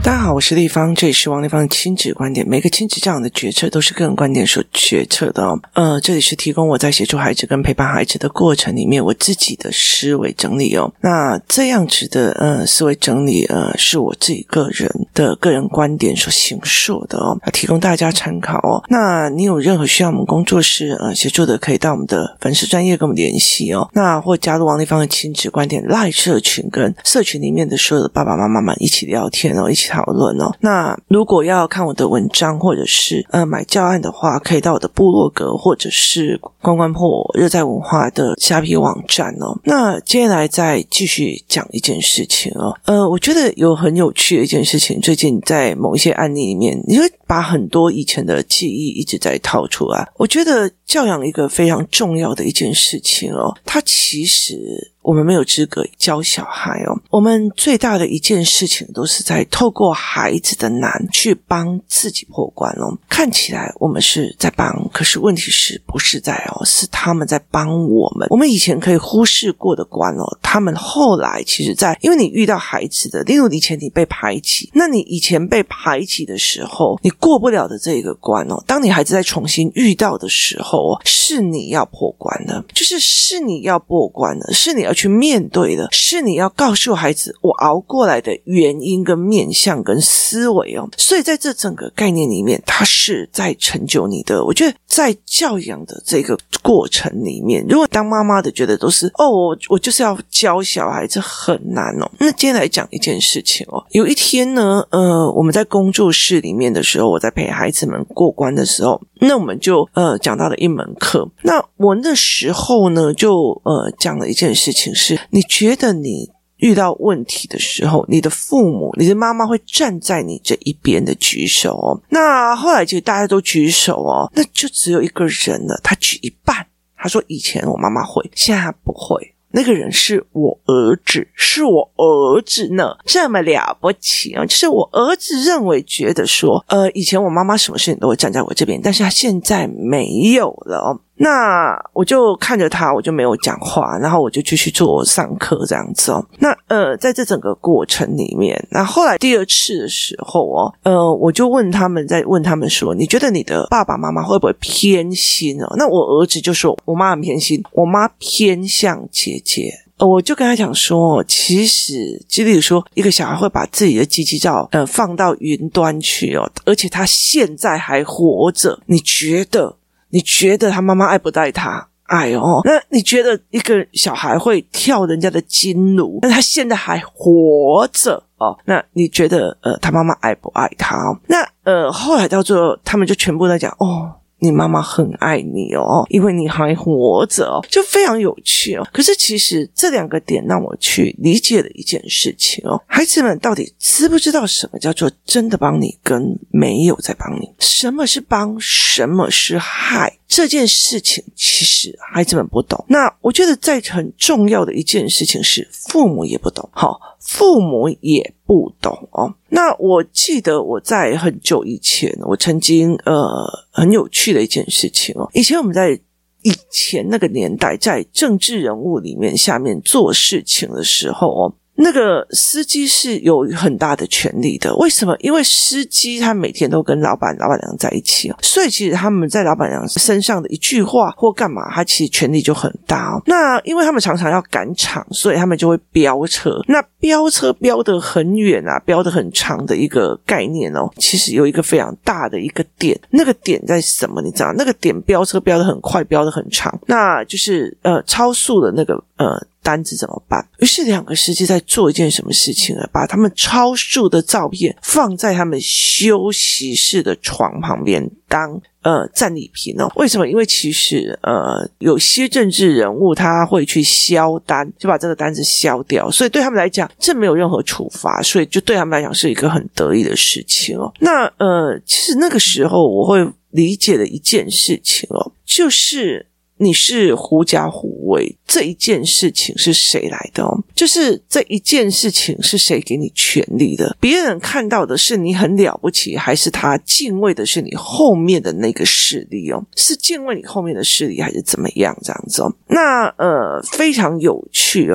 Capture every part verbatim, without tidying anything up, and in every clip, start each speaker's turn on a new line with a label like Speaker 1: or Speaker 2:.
Speaker 1: 大家好，我是立方，这里是王立方的亲子观点。每个亲子这样的决策都是个人观点所决策的哦。呃，这里是提供我在协助孩子跟陪伴孩子的过程里面我自己的思维整理哦。那这样子的呃思维整理呃是我自己个人的个人观点所形塑的哦，提供大家参考哦。那你有任何需要我们工作室呃协助的，可以到我们的粉丝专页跟我们联系哦。那或加入王立方的亲子观点 LINE 社群，跟社群里面的所有的爸爸妈妈们一起聊天哦，一起讨论哦。那如果要看我的文章或者是呃买教案的话，可以到我的部落格或者是关关破热在文化的虾皮网站哦。那接下来再继续讲一件事情哦。呃，我觉得有很有趣的一件事情，最近在某一些案例里面，你会把很多以前的记忆一直在套出来。我觉得教养一个非常重要的一件事情哦，它其实我们没有资格教小孩哦，我们最大的一件事情都是在透过孩子的难去帮自己破关哦。看起来我们是在帮，可是问题是不是在哦，是他们在帮我们。我们以前可以忽视过的关哦，他们后来其实在，因为你遇到孩子的，例如以前你被排挤，那你以前被排挤的时候，你过不了的这个关哦，当你孩子在重新遇到的时候哦，是你要破关的，就是是你要破关的，是你要去面对的，是你要告诉孩子我熬过来的原因跟面向跟思维哦。所以在这整个概念里面，它是在成就你的。我觉得在教养的这个过程里面，如果当妈妈的觉得都是哦我我就是要教小孩，这很难哦。那今天来讲一件事情哦，有一天呢呃我们在工作室里面的时候，我在陪孩子们过关的时候，那我们就呃讲到了一门课。那我那时候呢就呃讲了一件事情，是你觉得你遇到问题的时候，你的父母你的妈妈会站在你这一边的举手哦。那后来其实大家都举手哦，那就只有一个人了，他举一半，他说以前我妈妈会，现在不会。那个人是我儿子，是我儿子呢，这么了不起啊！就是我儿子认为觉得说，呃，以前我妈妈什么事情都会站在我这边，但是他现在没有了哦。那我就看着他，我就没有讲话，然后我就继续做上课这样子哦。那呃，在这整个过程里面，那后来第二次的时候哦，呃，我就问他们，在问他们说，你觉得你的爸爸妈妈会不会偏心哦？那我儿子就说，我妈很偏心，我妈偏向姐姐。我就跟他讲说，其实就例如说一个小孩会把自己的鸡鸡照呃放到云端去哦，而且他现在还活着，你觉得你觉得他妈妈爱不爱他？爱哦。那你觉得一个小孩会跳人家的金炉，那他现在还活着哦，那你觉得呃他妈妈爱不爱他哦？那呃后来到最后他们就全部在讲哦，你妈妈很爱你哦，因为你还活着哦，就非常有趣哦。可是其实这两个点让我去理解了一件事情哦，孩子们到底知不知道什么叫做真的帮你跟没有在帮你？什么是帮，什么是害？这件事情其实孩子们不懂。那我觉得在很重要的一件事情是父母也不懂，好，父母也不懂哦。那我记得我在很久以前，我曾经呃很有趣的一件事情哦。以前我们在以前那个年代，在政治人物里面下面做事情的时候哦，那个司机是有很大的权利的。为什么？因为司机他每天都跟老板老板娘在一起哦，所以其实他们在老板娘身上的一句话或干嘛，他其实权力就很大哦。那因为他们常常要赶场，所以他们就会飙车。那飙车飙得很远啊，飙得很长的一个概念哦，其实有一个非常大的一个点，那个点在什么？你知道那个点飙车飙得很快，飙得很长，那就是呃超速的那个呃单子怎么办？于是两个司机在做一件什么事情呢？把他们超速的照片放在他们休息室的床旁边当呃战利品哦。为什么？因为其实呃有些政治人物他会去销单，就把这个单子销掉，所以对他们来讲这没有任何处罚，所以就对他们来讲是一个很得意的事情哦。那呃其实那个时候我会理解的一件事情哦，就是你是狐假虎威这一件事情是谁来的哦？就是这一件事情是谁给你权利的？别人看到的是你很了不起，还是他敬畏的是你后面的那个势力哦？是敬畏你后面的势力还是怎么样这样子哦？那呃非常有趣哦。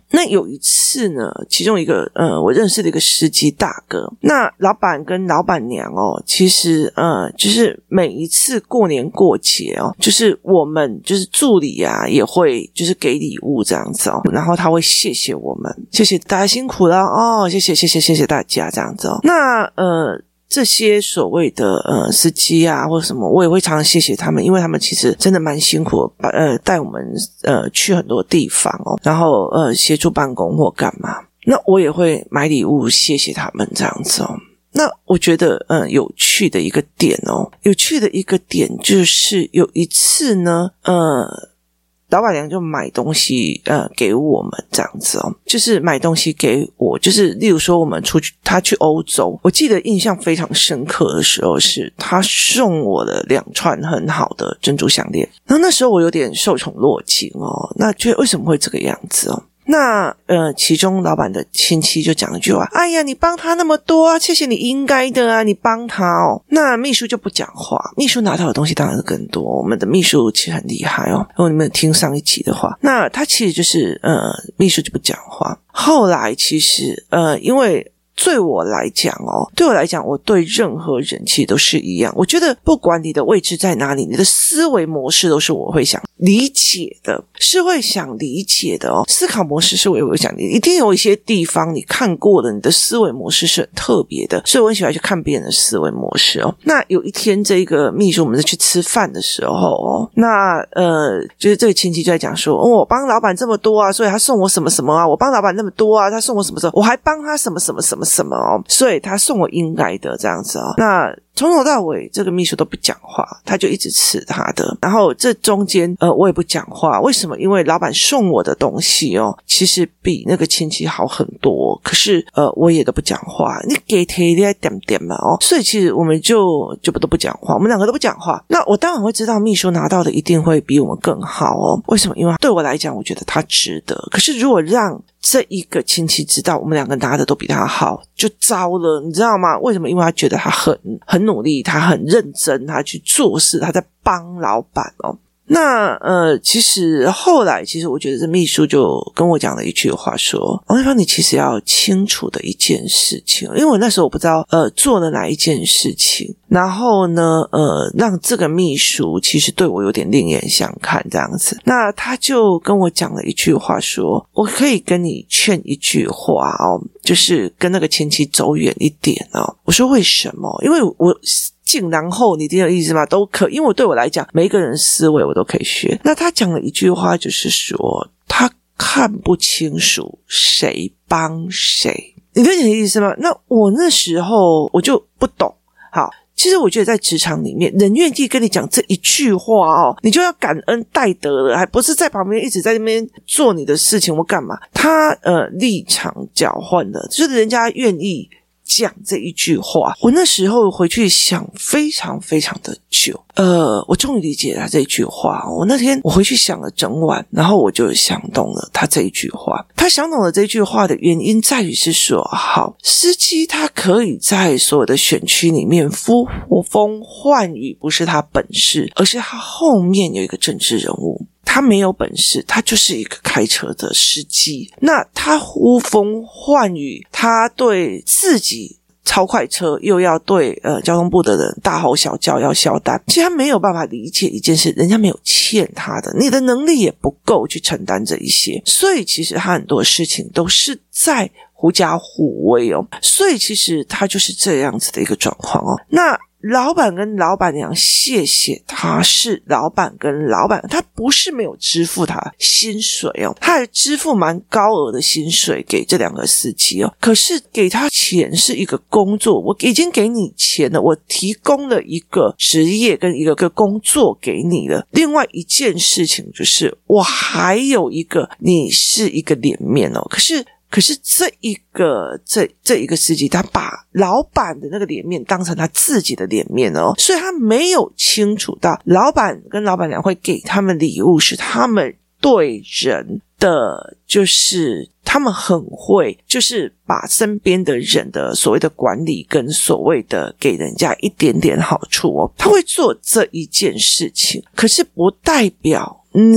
Speaker 1: 那有一次呢，其中一个呃我认识的一个司机大哥，那老板跟老板娘哦，其实呃就是每一次过年过节哦，就是我们就是助理啊也会就是给礼物这样子哦，然后他会谢谢我们，谢谢大家辛苦了哦，谢谢谢谢谢谢大家这样子哦。那呃这些所谓的呃司机啊或者什么，我也会常常谢谢他们，因为他们其实真的蛮辛苦的，呃带我们呃去很多地方哦，然后呃协助办公或干嘛，那我也会买礼物谢谢他们这样子哦。那我觉得呃有趣的一个点哦，有趣的一个点就是有一次呢呃老板娘就买东西呃给我们这样子哦，就是买东西给我，就是例如说我们出去，他去欧洲，我记得印象非常深刻的时候是他送我了两串很好的珍珠项链，然后那时候我有点受宠若惊哦，那觉得为什么会这个样子哦。那呃，其中老板的亲戚就讲一句话：“哎呀，你帮他那么多啊，谢谢你应该的啊，你帮他哦。”那秘书就不讲话，秘书拿到的东西当然是更多。我们的秘书其实很厉害哦，如果你们听上一集的话，那他其实就是呃，秘书就不讲话。后来其实呃，因为对我来讲哦，对我来讲，我对任何人其实都是一样。我觉得不管你的位置在哪里，你的思维模式都是我会想理解的，是会想理解的哦。思考模式是我也会想理解，一定有一些地方你看过的，你的思维模式是很特别的，所以我很喜欢去看别人的思维模式哦。那有一天，这个秘书我们在去吃饭的时候哦，那呃，就是这个亲戚就在讲说，哦，我帮老板这么多啊，所以他送我什么什么啊，我帮老板那么多啊，他送我什么什么，我还帮他什么什么什么什么哦，所以他送我应该的这样子哦。那从头到尾这个秘书都不讲话，他就一直吃他的，然后这中间呃我也不讲话，为什么？因为老板送我的东西哦，其实比那个亲戚好很多，可是呃我也都不讲话，你给他一点点嘛哦，所以其实我们就就不都不讲话，我们两个都不讲话。那我当然会知道秘书拿到的一定会比我们更好哦，为什么？因为对我来讲我觉得他值得，可是如果让这一个亲戚知道我们两个拿的都比他好，就糟了，你知道吗？为什么？因为他觉得他很很努力，他很认真，他去做事，他在帮老板哦。那呃，其实后来，其实我觉得这秘书就跟我讲了一句话说：“王一芳，你其实要清楚的一件事情，因为我那时候我不知道呃做了哪一件事情，然后呢呃让这个秘书其实对我有点另眼相看这样子。那他就跟我讲了一句话说，我可以跟你劝一句话哦，就是跟那个亲戚走远一点哦。我说为什么？因为我。进然后你听有意思吗？都可，因为我对我来讲，每一个人思维我都可以学。那他讲了一句话，就是说他看不清楚谁帮谁，你理解意思吗？那我那时候我就不懂。好，其实我觉得在职场里面，人愿意跟你讲这一句话哦，你就要感恩戴德了，还不是在旁边一直在那边做你的事情或干嘛。他呃立场交换的，就是人家愿意讲这一句话，我那时候回去想非常非常的久，呃，我终于理解他这一句话。我那天我回去想了整晚，然后我就想懂了他这一句话。他想懂了这句话的原因在于是说，好，司机他可以在所有的选区里面呼风唤雨，不是他本事，而是他后面有一个政治人物。他没有本事，他就是一个开车的司机。那他呼风唤雨，他对自己超快车，又要对呃交通部的人大吼小叫要销单，其实他没有办法理解一件事，人家没有欠他的，你的能力也不够去承担这一些，所以其实他很多事情都是在狐假虎威哦，所以其实他就是这样子的一个状况哦。那老板跟老板娘谢谢他，是老板跟老板，他不是没有支付他薪水哦，他还支付蛮高额的薪水给这两个司机哦。可是给他钱是一个工作，我已经给你钱了，我提供了一个职业跟一个个工作给你了。另外一件事情就是我还有一个，你是一个脸面哦，可是。可是这一个这这一个司机，他把老板的那个脸面当成他自己的脸面哦，所以他没有清楚到老板跟老板娘会给他们礼物是他们对人的，就是他们很会，就是把身边的人的所谓的管理跟所谓的给人家一点点好处哦，他会做这一件事情，可是不代表你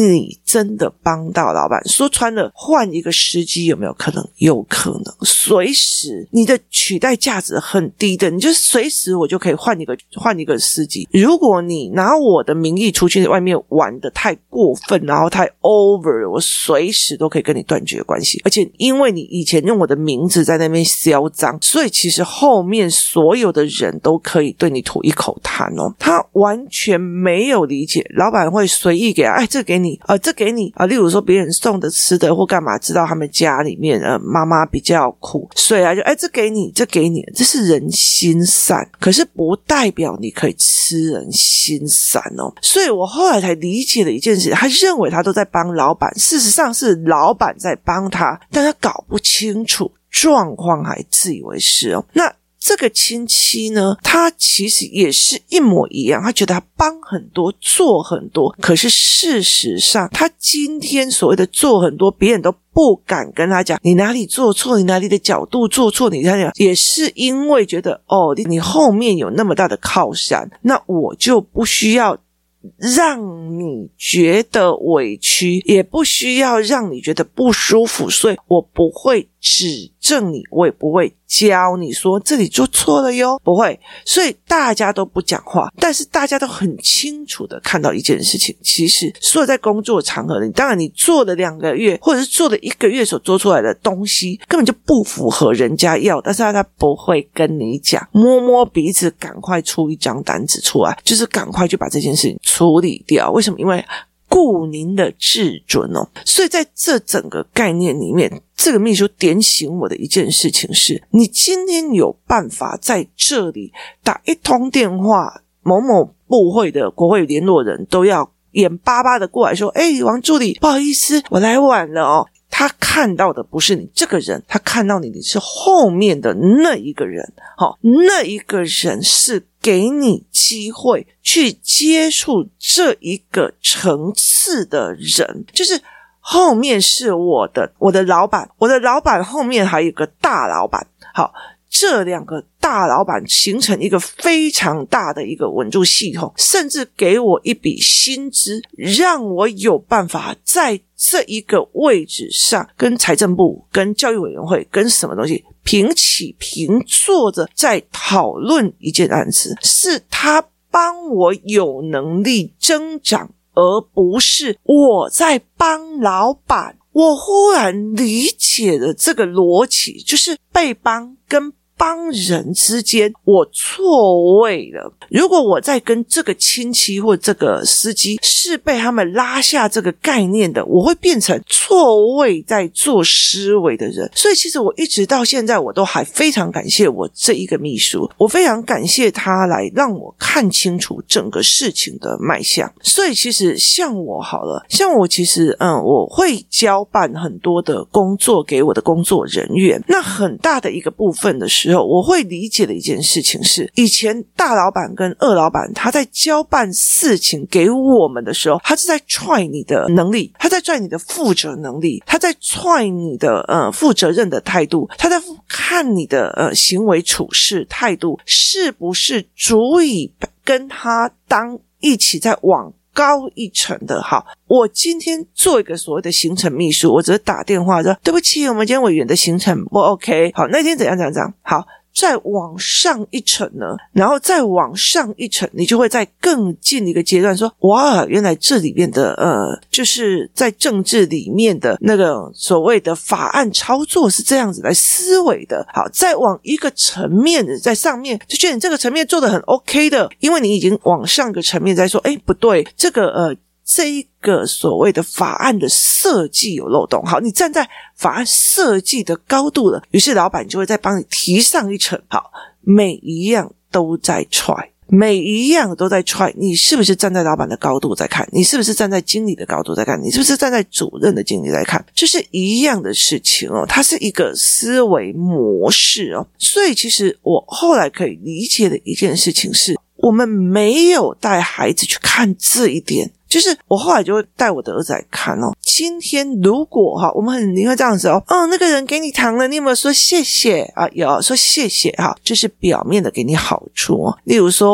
Speaker 1: 真的帮到老板。说穿了，换一个司机有没有可能？有可能。随时你的取代价值很低的，你就随时我就可以换一个换一个司机。如果你拿我的名义出去外面玩的太过分，然后太 over， 我随时都可以跟你断绝关系。而且因为你以前用我的名字在那边嚣张，所以其实后面所有的人都可以对你吐一口痰哦。他完全没有理解，老板会随意给他，哎，这给你，呃，这给你啊。例如说别人送的吃的或干嘛，知道他们家里面呃妈妈比较苦，所以啊就哎这给你，这给你，这是人心善，可是不代表你可以吃人心善哦。所以我后来才理解了一件事，他认为他都在帮老板，事实上是老板在帮他，但他搞不清楚状况，还自以为是哦。那这个亲戚呢，他其实也是一模一样，他觉得他帮很多做很多，可是事实上他今天所谓的做很多，别人都不敢跟他讲你哪里做错，你哪里的角度做错，你哪里也是因为觉得哦，你后面有那么大的靠山，那我就不需要让你觉得委屈，也不需要让你觉得不舒服，所以我不会指正你，我也不会教你说这里做错了哟，不会。所以大家都不讲话，但是大家都很清楚的看到一件事情，其实所有在工作场合，你当然你做了两个月或者是做了一个月所做出来的东西根本就不符合人家要，但是他不会跟你讲，摸摸鼻子赶快出一张单子出来，就是赶快就把这件事情处理掉。为什么？因为顾您的至尊哦。所以在这整个概念里面，这个秘书点醒我的一件事情是，你今天有办法在这里打一通电话，某某部会的国会联络人都要眼巴巴的过来说，诶，王助理不好意思我来晚了哦。他看到的不是你这个人，他看到你你是后面的那一个人，好，那一个人是给你机会去接触这一个层次的人，就是后面是我的我的老板，我的老板后面还有一个大老板，好，这两个大老板形成一个非常大的一个稳住系统，甚至给我一笔薪资，让我有办法在这一个位置上跟财政部跟教育委员会跟什么东西平起平坐着在讨论一件案子，是他帮我有能力增长，而不是我在帮老板。我忽然理解了这个逻辑，就是被帮跟帮人之间我错位了。如果我在跟这个亲戚或这个司机是被他们拉下这个概念的，我会变成错位在做思维的人。所以其实我一直到现在我都还非常感谢我这一个秘书，我非常感谢他来让我看清楚整个事情的脉象。所以其实像我好了，像我其实嗯，我会交办很多的工作给我的工作人员，那很大的一个部分的时候，我会理解的一件事情是，以前大老板跟二老板他在交办事情给我们的时候，他是在踹你的能力，他在踹你的负责能力，他在踹你的呃负责任的态度，他在看你的呃行为处事态度是不是足以跟他当一起在往高一层的。好，我今天做一个所谓的行程秘书，我只是打电话说对不起，我们今天委员的行程不 OK， 好，那天怎样怎样怎样，好，再往上一层呢，然后再往上一层，你就会在更近的一个阶段说，哇，原来这里面的呃，就是在政治里面的那个所谓的法案操作是这样子来思维的。好，再往一个层面的，在上面就觉得你这个层面做得很 OK 的，因为你已经往上一个层面在说，诶，不对，这个呃这一个所谓的法案的设计有漏洞。好，你站在法案设计的高度了，于是老板就会再帮你提上一层。好，每一样都在踹，每一样都在踹，你是不是站在老板的高度在看？你是不是站在经理的高度在看？你是不是站在主任的经理在看？这是一样的事情哦，它是一个思维模式哦。所以其实我后来可以理解的一件事情是，我们没有带孩子去看这一点，就是我后来就会带我的儿子来看哦。今天如果哈，我们很你会这样子哦，哦，那个人给你糖了，你有没有说谢谢啊？有说谢谢哈，就是表面的给你好处哦。例如说我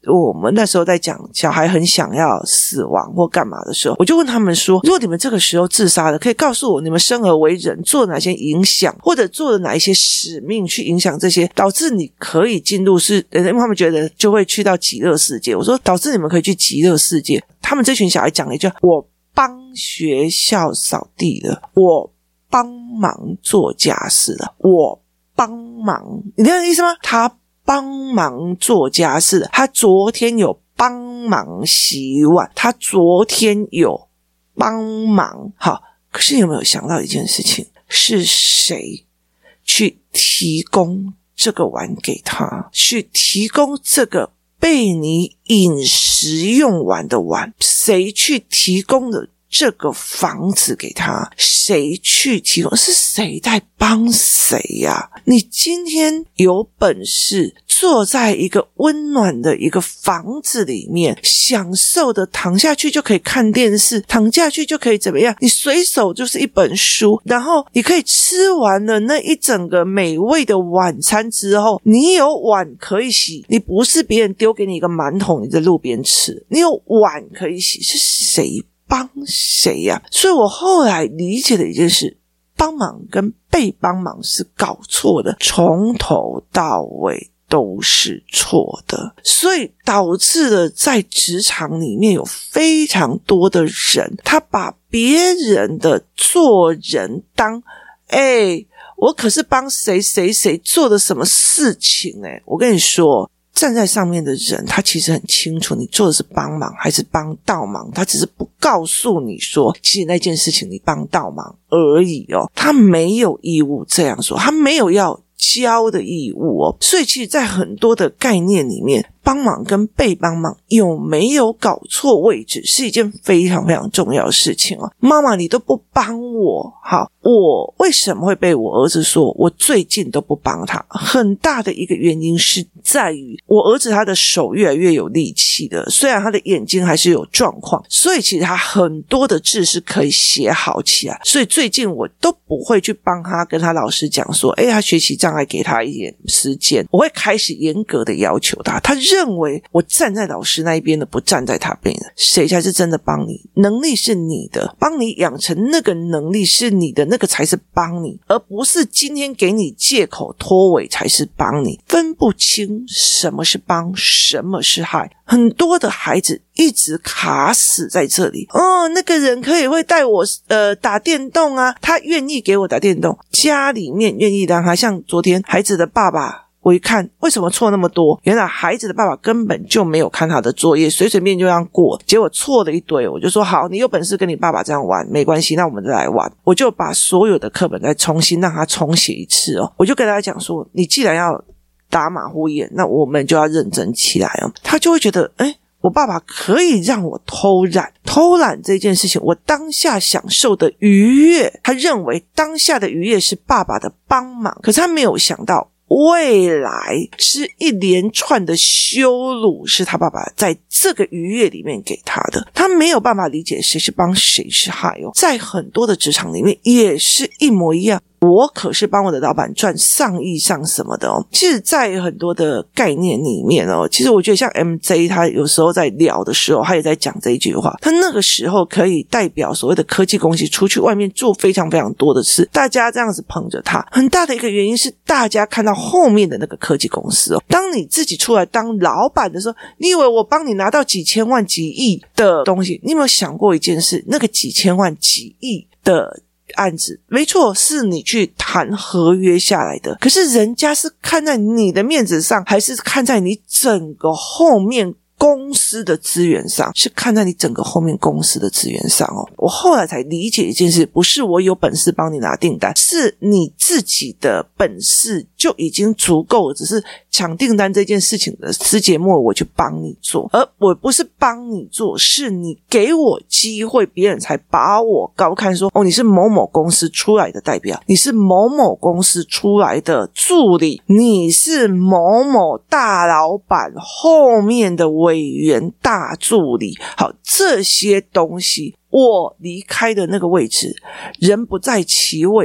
Speaker 1: 我们那时候在讲小孩很想要死亡或干嘛的时候，我就问他们说，如果你们这个时候自杀了，可以告诉我你们生而为人做哪些影响，或者做了哪一些使命去影响这些导致你可以进入是因为他们觉得就会去到极乐世界。我说导致你们可以去极乐世界，他们这群小孩讲了一句，我帮学校扫地了，我帮忙做家事了，我帮忙，你知道意思吗？他帮忙做家事，他昨天有帮忙洗碗，他昨天有帮忙。好，可是有没有想到一件事情，是谁去提供这个碗给他，去提供这个被你饮食用完的碗，谁去提供的这个房子给他，谁去提供，是谁在帮谁呀、啊？你今天有本事坐在一个温暖的一个房子里面，享受的躺下去就可以看电视，躺下去就可以怎么样，你随手就是一本书，然后你可以吃完了那一整个美味的晚餐之后，你有碗可以洗，你不是别人丢给你一个馒头你在路边吃，你有碗可以洗，是谁帮谁呀、啊？所以我后来理解的一件事，帮忙跟被帮忙是搞错的，从头到尾都是错的，所以导致了在职场里面有非常多的人，他把别人的做人当诶我可是帮谁谁谁做的什么事情诶我跟你说，站在上面的人他其实很清楚你做的是帮忙还是帮倒忙，他只是不告诉你说其实那件事情你帮倒忙而已哦，他没有义务这样说，他没有要教的义务哦。所以其实在很多的概念里面，帮忙跟被帮忙有没有搞错位置是一件非常非常重要的事情哦。妈妈你都不帮我，好，我为什么会被我儿子说我最近都不帮他，很大的一个原因是在于我儿子他的手越来越有力气的，虽然他的眼睛还是有状况，所以其实他很多的字是可以写好起来，所以最近我都不会去帮他跟他老师讲说诶他学习障碍给他一点时间，我会开始严格的要求他，他认为我站在老师那一边的，不站在他边的，谁才是真的帮你？能力是你的，帮你养成那个能力是你的，那个才是帮你，而不是今天给你借口拖尾才是帮你。分不清什么是帮，什么是害，很多的孩子一直卡死在这里。哦，那个人可以会带我呃打电动啊，他愿意给我打电动，家里面愿意让他，像昨天孩子的爸爸，我一看为什么错那么多，原来孩子的爸爸根本就没有看他的作业，随随便就这样过，结果错了一堆。我就说好，你有本事跟你爸爸这样玩没关系，那我们再来玩。我就把所有的课本再重新让他重写一次哦。我就跟他讲说，你既然要打马虎眼，那我们就要认真起来哦。他就会觉得诶我爸爸可以让我偷懒，偷懒这件事情我当下享受的愉悦，他认为当下的愉悦是爸爸的帮忙，可是他没有想到未来是一连串的羞辱，是他爸爸在这个愉悦里面给他的，他没有办法理解谁是帮谁是害哦。在很多的职场里面也是一模一样，我可是帮我的老板赚上亿上什么的哦。其实在很多的概念里面哦，其实我觉得像 M J 他有时候在聊的时候他也在讲这一句话，他那个时候可以代表所谓的科技公司出去外面做非常非常多的事，大家这样子捧着他，很大的一个原因是大家看到后面的那个科技公司哦。当你自己出来当老板的时候，你以为我帮你拿到几千万几亿的东西，你有没有想过一件事，那个几千万几亿的案子没错是你去谈合约下来的，可是人家是看在你的面子上，还是看在你整个后面公司的资源上，是看在你整个后面公司的资源上哦。我后来才理解一件事，不是我有本事帮你拿订单，是你自己的本事就已经足够了，只是抢订单这件事情的时节末我去帮你做，而我不是帮你做，是你给我机会，别人才把我高看说哦，你是某某公司出来的代表，你是某某公司出来的助理，你是某某大老板后面的委员大助理。好，这些东西我离开的那个位置，人不在其位，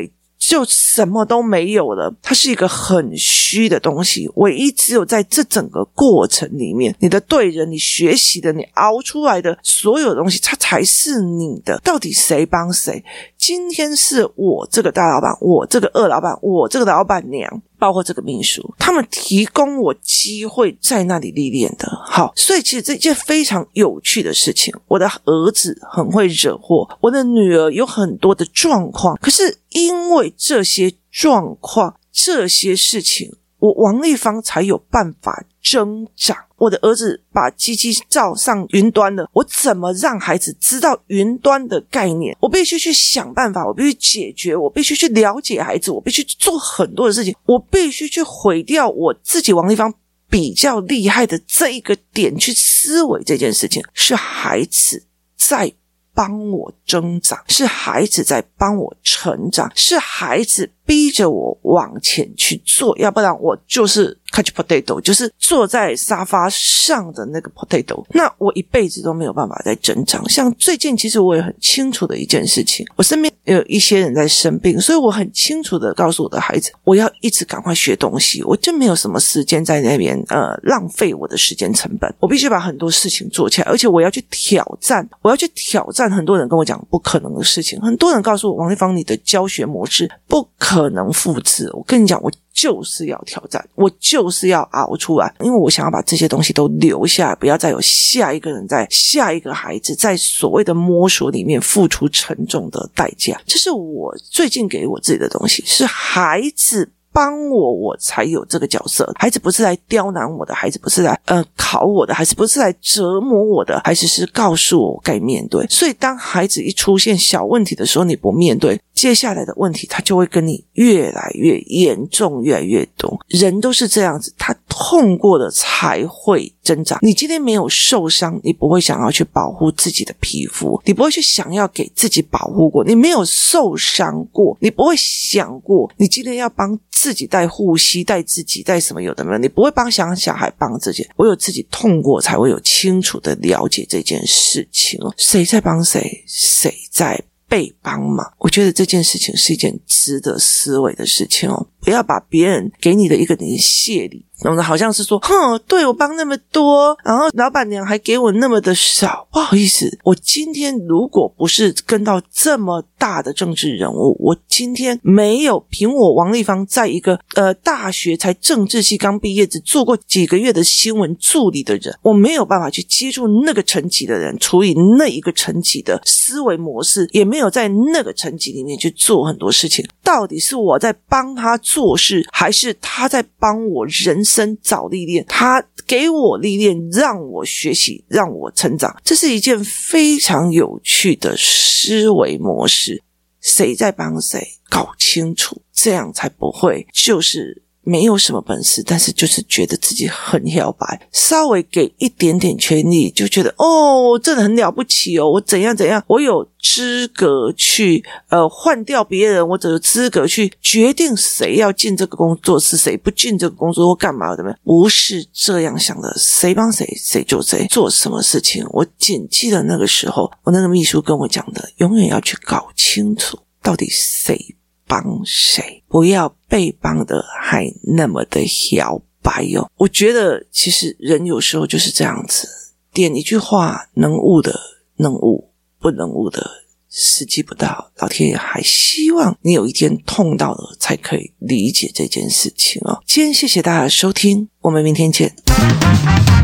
Speaker 1: 就什么都没有了，它是一个很虚的东西。唯一只有在这整个过程里面，你的对人，你学习的，你熬出来的所有东西，它才是你的。到底谁帮谁？今天是我这个大老板，我这个二老板，我这个老板娘，包括这个秘书，他们提供我机会在那里历练的。好，所以其实这件非常有趣的事情，我的儿子很会惹祸，我的女儿有很多的状况，可是因为这些状况，这些事情，我王丽芳才有办法增长。我的儿子把机器照上云端了，我怎么让孩子知道云端的概念？我必须去想办法，我必须解决，我必须去了解孩子，我必须做很多的事情，我必须去毁掉我自己王丽芳比较厉害的这一个点，去思维这件事情是孩子在帮我增长，是孩子在帮我成长，是孩子逼着我往前去做，要不然我就是 couch potato， 就是坐在沙发上的那个 potato， 那我一辈子都没有办法再增长。像最近其实我也很清楚的一件事情，我身边有一些人在生病，所以我很清楚的告诉我的孩子，我要一直赶快学东西，我就没有什么时间在那边呃浪费我的时间成本，我必须把很多事情做起来，而且我要去挑战，我要去挑战很多人跟我讲不可能的事情，很多人告诉我王丽芳你的教学模式不可能复制，我跟你讲，我就是要挑战，我就是要熬出来，因为我想要把这些东西都留下来，不要再有下一个人在下一个孩子在所谓的摸索里面付出沉重的代价。这是我最近给我自己的东西，是孩子帮我，我才有这个角色。孩子不是来刁难我的，孩子不是来呃考我的，孩子不是来折磨我的，孩子是告诉我该面对。所以当孩子一出现小问题的时候，你不面对，接下来的问题他就会跟你越来越严重，越来越多。人都是这样子，他痛过了才会增长。你今天没有受伤，你不会想要去保护自己的皮肤，你不会去想要给自己保护过，你没有受伤过，你不会想过你今天要帮自己带护膝，带自己带什么有的没有，你不会帮小小孩帮自己。我有自己痛过才会有清楚的了解这件事情哦。谁在帮谁，谁在被帮忙，我觉得这件事情是一件值得思维的事情哦。不要把别人给你的一个你的谢礼弄得好像是说，哼，对我帮那么多，然后老板娘还给我那么的少。不好意思，我今天如果不是跟到这么大的政治人物，我今天没有凭我王丽芳在一个呃大学才政治系刚毕业，只做过几个月的新闻助理的人，我没有办法去接触那个层级的人，处理那一个层级的思维模式，也没有在那个层级里面去做很多事情。到底是我在帮他做事，还是他在帮我人生找历练？他给我历练，让我学习，让我成长，这是一件非常有趣的思维模式。谁在帮谁，搞清楚，这样才不会就是没有什么本事，但是就是觉得自己很摇摆，稍微给一点点权力就觉得哦，真的很了不起哦，我怎样怎样，我有资格去呃换掉别人，我有资格去决定谁要进这个工作室，谁不进这个工作或干嘛的，不是这样想的。谁帮谁，谁就谁做什么事情。我谨记得那个时候，我那个秘书跟我讲的，永远要去搞清楚到底谁帮谁，不要被帮的还那么的摇摆哦。我觉得其实人有时候就是这样子，点一句话，能悟的能悟，不能悟的时机不到，老天爷还希望你有一天痛到了才可以理解这件事情哦。今天谢谢大家的收听，我们明天见。